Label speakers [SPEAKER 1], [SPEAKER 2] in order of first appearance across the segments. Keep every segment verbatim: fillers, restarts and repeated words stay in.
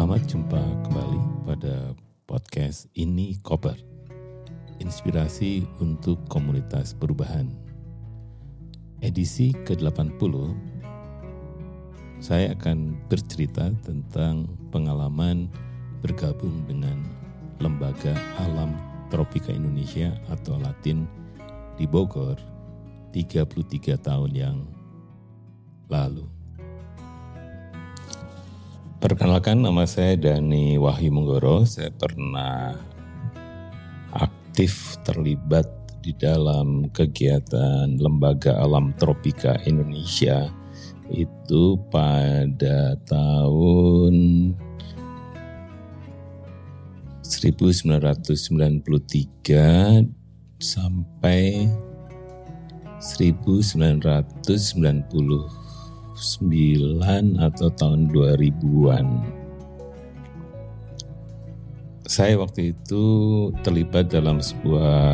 [SPEAKER 1] Selamat jumpa kembali pada podcast Ini Koper, inspirasi untuk komunitas perubahan. Edisi ke delapan puluh, saya akan bercerita tentang pengalaman bergabung dengan Lembaga Alam Tropika Indonesia atau Latin di Bogor tiga puluh tiga tahun yang lalu. Perkenalkan, nama saya Dani Wahyu Menggoro. Saya pernah aktif terlibat di dalam kegiatan Lembaga Alam Tropika Indonesia itu pada tahun seribu sembilan ratus sembilan puluh tiga sampai seribu sembilan ratus sembilan puluh sembilan atau tahun dua ribuan. Saya waktu itu terlibat dalam sebuah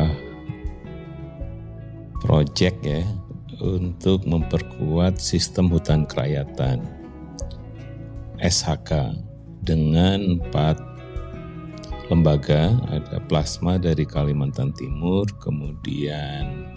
[SPEAKER 1] proyek ya untuk memperkuat sistem hutan kerakyatan S H K dengan empat lembaga. Ada Plasma dari Kalimantan Timur, kemudian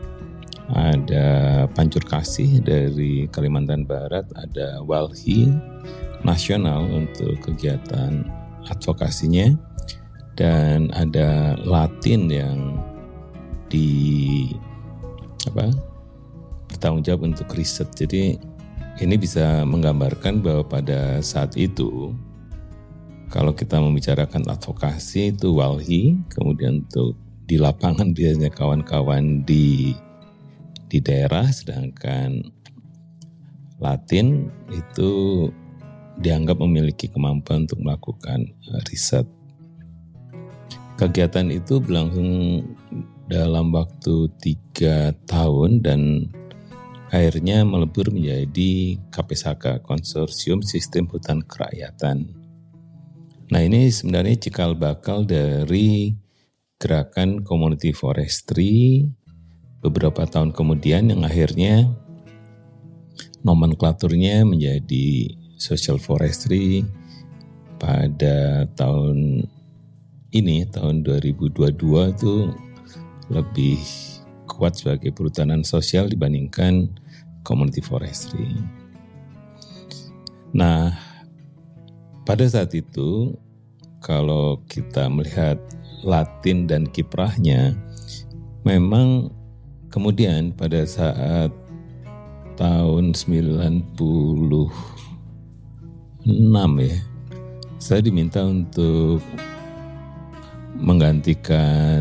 [SPEAKER 1] ada Pancur Kasih dari Kalimantan Barat, ada Walhi Nasional untuk kegiatan advokasinya, dan ada Latin yang di apa bertanggung jawab untuk riset. Jadi ini bisa menggambarkan bahwa pada saat itu kalau kita membicarakan advokasi itu Walhi, kemudian untuk di lapangan biasanya kawan-kawan di di daerah, sedangkan Latin itu dianggap memiliki kemampuan untuk melakukan riset. Kegiatan itu berlangsung dalam waktu tiga tahun dan akhirnya melebur menjadi K P S H K, Konsorsium Sistem Hutan Kerakyatan. Nah, ini sebenarnya cikal bakal dari gerakan Community Forestry beberapa tahun kemudian yang akhirnya nomenklaturnya menjadi Social Forestry pada tahun ini, tahun dua ribu dua puluh dua itu lebih kuat sebagai perhutanan sosial dibandingkan Community Forestry. Nah, pada saat itu kalau kita melihat Latin dan kiprahnya, memang kemudian pada saat tahun sembilan puluh enam ya, saya diminta untuk menggantikan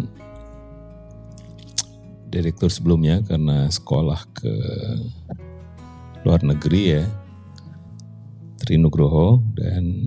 [SPEAKER 1] direktur sebelumnya karena sekolah ke luar negeri ya, Tri Nugroho, dan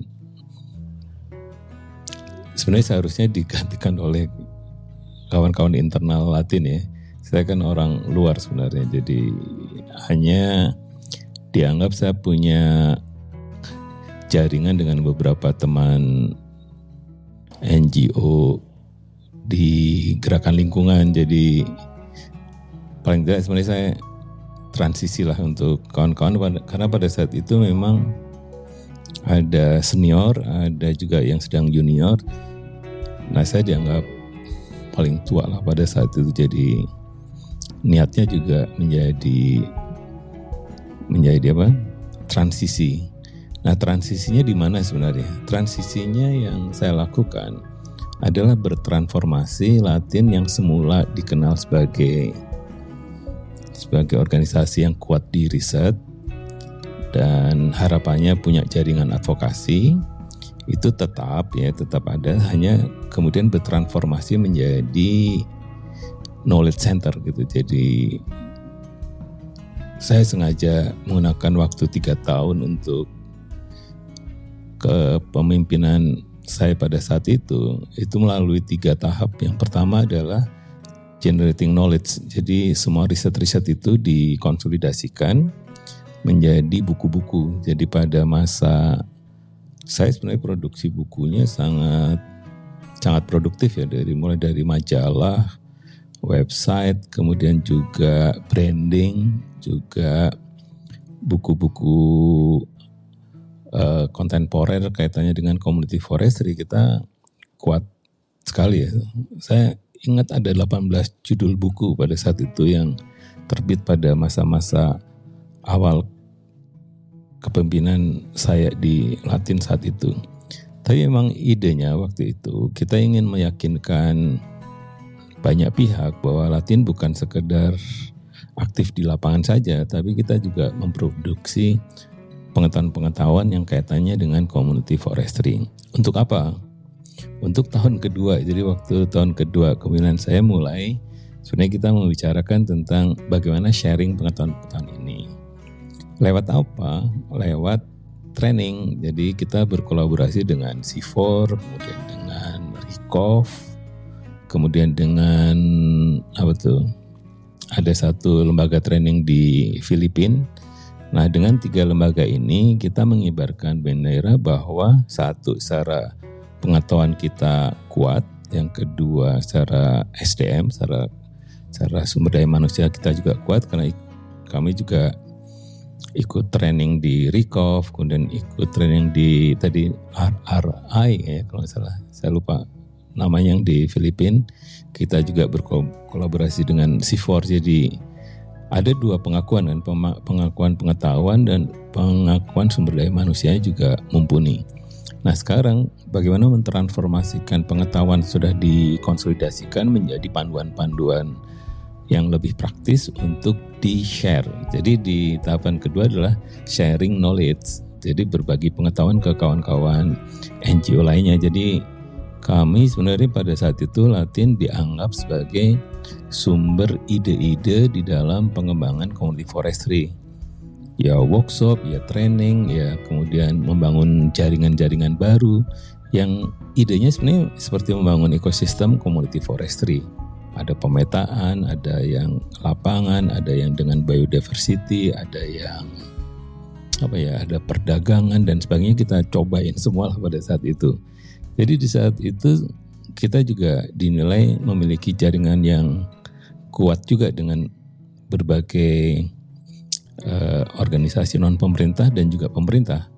[SPEAKER 1] sebenarnya seharusnya digantikan oleh kawan-kawan internal Latin ya. Saya kan orang luar sebenarnya, jadi hanya dianggap saya punya jaringan dengan beberapa teman N G O di gerakan lingkungan. Jadi paling tidak sebenarnya saya transisi lah untuk kawan-kawan, karena pada saat itu memang ada senior, ada juga yang sedang junior. Nah, saya dianggap paling tua lah pada saat itu, jadi niatnya juga menjadi menjadi apa? Transisi. Nah, transisinya di mana sebenarnya? Transisinya yang saya lakukan adalah bertransformasi Latin yang semula dikenal sebagai sebagai organisasi yang kuat di riset dan harapannya punya jaringan advokasi, itu tetap ya tetap ada, hanya kemudian bertransformasi menjadi knowledge center gitu. Jadi saya sengaja menggunakan waktu tiga tahun untuk kepemimpinan saya pada saat itu, itu melalui tiga tahap. Yang pertama adalah generating knowledge. Jadi semua riset-riset itu dikonsolidasikan menjadi buku-buku. Jadi pada masa saya sebenarnya produksi bukunya sangat sangat produktif ya, dari mulai dari majalah, website, kemudian juga branding, juga buku-buku uh, kontemporer kaitannya dengan community forestry, kita kuat sekali ya. Saya ingat ada delapan belas judul buku pada saat itu yang terbit pada masa-masa awal kepemimpinan saya di Latin saat itu. Tapi memang idenya waktu itu kita ingin meyakinkan banyak pihak bahwa Latin bukan sekedar aktif di lapangan saja, tapi kita juga memproduksi pengetahuan-pengetahuan yang kaitannya dengan community forestry. Untuk apa? Untuk tahun kedua. Jadi waktu tahun kedua kepemimpinan saya mulai, sebenarnya kita membicarakan tentang bagaimana sharing pengetahuan-pengetahuan ini. Lewat apa? Lewat training. Jadi kita berkolaborasi dengan C four, kemudian dengan Rikov, kemudian dengan apa tuh? Ada satu lembaga training di Filipina. Nah, dengan tiga lembaga ini kita mengibarkan bendera bahwa satu, secara pengetahuan kita kuat, yang kedua secara S D M, secara secara sumber daya manusia kita juga kuat karena kami juga ikut training di Rikov, kemudian ikut training di tadi R R I ya kalau nggak salah, saya lupa namanya yang di Filipina. Kita juga berkolaborasi dengan C four, jadi ada dua pengakuan kan, pengakuan pengetahuan dan pengakuan sumber daya manusia juga mumpuni. Nah sekarang bagaimana mentransformasikan pengetahuan sudah dikonsolidasikan menjadi panduan-panduan yang lebih praktis untuk di-share. Jadi di tahapan kedua adalah sharing knowledge. Jadi berbagi pengetahuan ke kawan-kawan N G O lainnya. Jadi kami sebenarnya pada saat itu Latin dianggap sebagai sumber ide-ide di dalam pengembangan community forestry. Ya workshop, ya training, ya kemudian membangun jaringan-jaringan baru yang idenya sebenarnya seperti membangun ekosistem community forestry. Ada pemetaan, ada yang lapangan, ada yang dengan biodiversity, ada yang apa ya, ada perdagangan dan sebagainya, kita cobain semua lah pada saat itu. Jadi di saat itu kita juga dinilai memiliki jaringan yang kuat juga dengan berbagai uh, organisasi non pemerintah dan juga pemerintah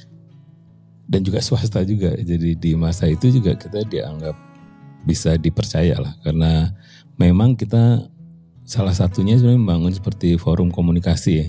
[SPEAKER 1] dan juga swasta juga. Jadi di masa itu juga kita dianggap bisa dipercaya lah, karena memang kita salah satunya sebenarnya membangun seperti forum komunikasi ya.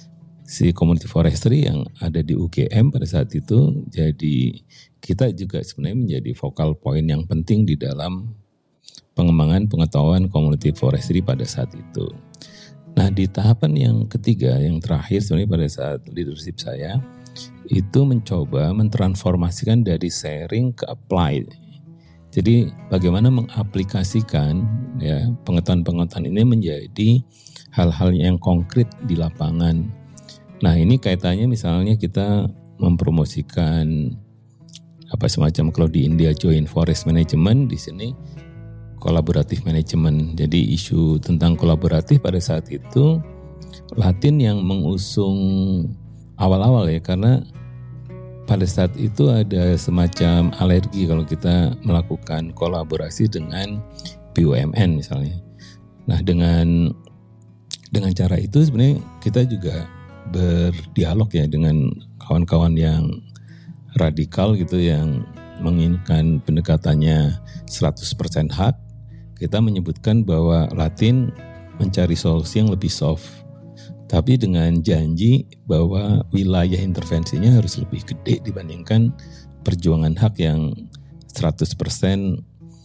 [SPEAKER 1] Si community forestry yang ada di U G M pada saat itu, jadi kita juga sebenarnya menjadi focal point yang penting di dalam pengembangan pengetahuan community forestry pada saat itu. Nah di tahapan yang ketiga, yang terakhir sebenarnya pada saat leadership saya, itu mencoba mentransformasikan dari sharing ke apply. Jadi bagaimana mengaplikasikan ya pengetahuan-pengetahuan ini menjadi hal-hal yang konkret di lapangan. Nah ini kaitannya misalnya kita mempromosikan apa semacam, kalau di India joint forest management, di sini kolaboratif management. Jadi isu tentang kolaboratif pada saat itu Latin yang mengusung awal-awal ya, karena pada saat itu ada semacam alergi kalau kita melakukan kolaborasi dengan B U M N misalnya. Nah dengan dengan cara itu sebenarnya kita juga berdialog ya dengan kawan-kawan yang radikal gitu, yang menginginkan pendekatannya seratus persen hak. Kita menyebutkan bahwa Latin mencari solusi yang lebih soft, tapi dengan janji bahwa wilayah intervensinya harus lebih gede dibandingkan perjuangan hak yang seratus persen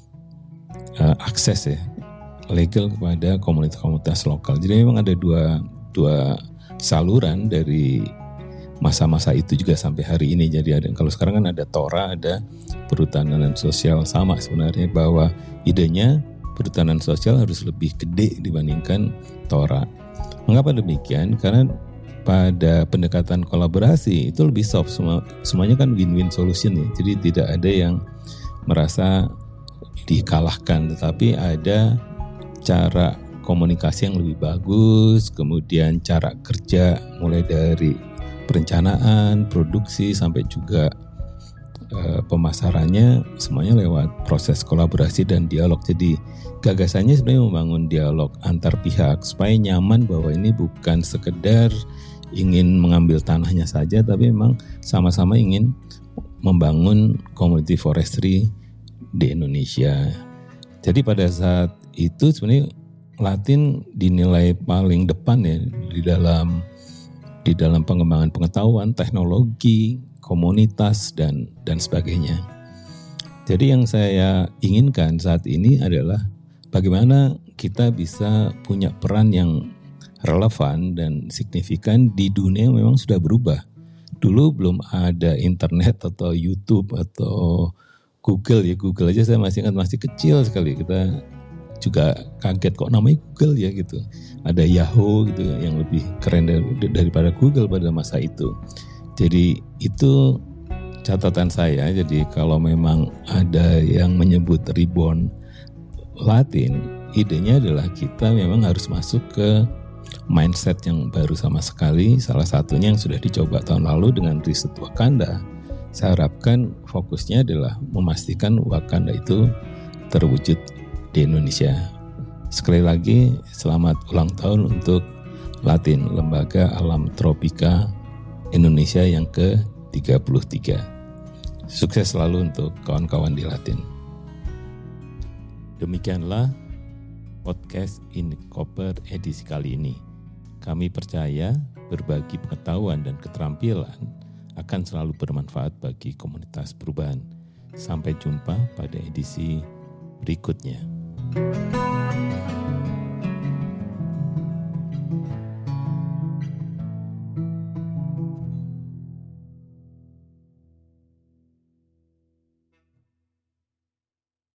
[SPEAKER 1] akses ya, legal kepada komunitas-komunitas lokal. Jadi memang ada dua, dua saluran dari masa-masa itu juga sampai hari ini. Jadi ada, kalau sekarang kan ada Tora, ada perhutanan sosial, sama sebenarnya bahwa idenya perhutanan sosial harus lebih gede dibandingkan Tora. Mengapa demikian? Karena pada pendekatan kolaborasi itu lebih soft, semua, semuanya kan win-win solution ya. Jadi tidak ada yang merasa dikalahkan, tetapi ada cara komunikasi yang lebih bagus, kemudian cara kerja mulai dari perencanaan, produksi sampai juga e, pemasarannya semuanya lewat proses kolaborasi dan dialog. Jadi gagasannya sebenarnya membangun dialog antar pihak supaya nyaman bahwa ini bukan sekedar ingin mengambil tanahnya saja, tapi memang sama-sama ingin membangun community forestry di Indonesia. Jadi pada saat itu sebenarnya Latin dinilai paling depan ya di dalam di dalam pengembangan pengetahuan, teknologi, komunitas dan dan sebagainya. Jadi yang saya inginkan saat ini adalah bagaimana kita bisa punya peran yang relevan dan signifikan di dunia yang memang sudah berubah. Dulu belum ada internet atau YouTube atau Google ya. Google aja saya masih ingat masih kecil sekali. Kita juga kaget kok namanya Google ya gitu. Ada Yahoo gitu yang lebih keren daripada Google pada masa itu. Jadi itu catatan saya. Jadi kalau memang ada yang menyebut reborn Latin, idenya adalah kita memang harus masuk ke mindset yang baru sama sekali. Salah satunya yang sudah dicoba tahun lalu dengan riset Wakanda. Saya harapkan fokusnya adalah memastikan Wakanda itu terwujud di Indonesia. Sekali lagi selamat ulang tahun untuk Latin, Lembaga Alam Tropika Indonesia yang ke tiga puluh tiga. Sukses selalu untuk kawan-kawan di Latin. Demikianlah podcast In Koper edisi kali ini. Kami percaya berbagi pengetahuan dan keterampilan akan selalu bermanfaat bagi komunitas perubahan. Sampai jumpa pada edisi berikutnya.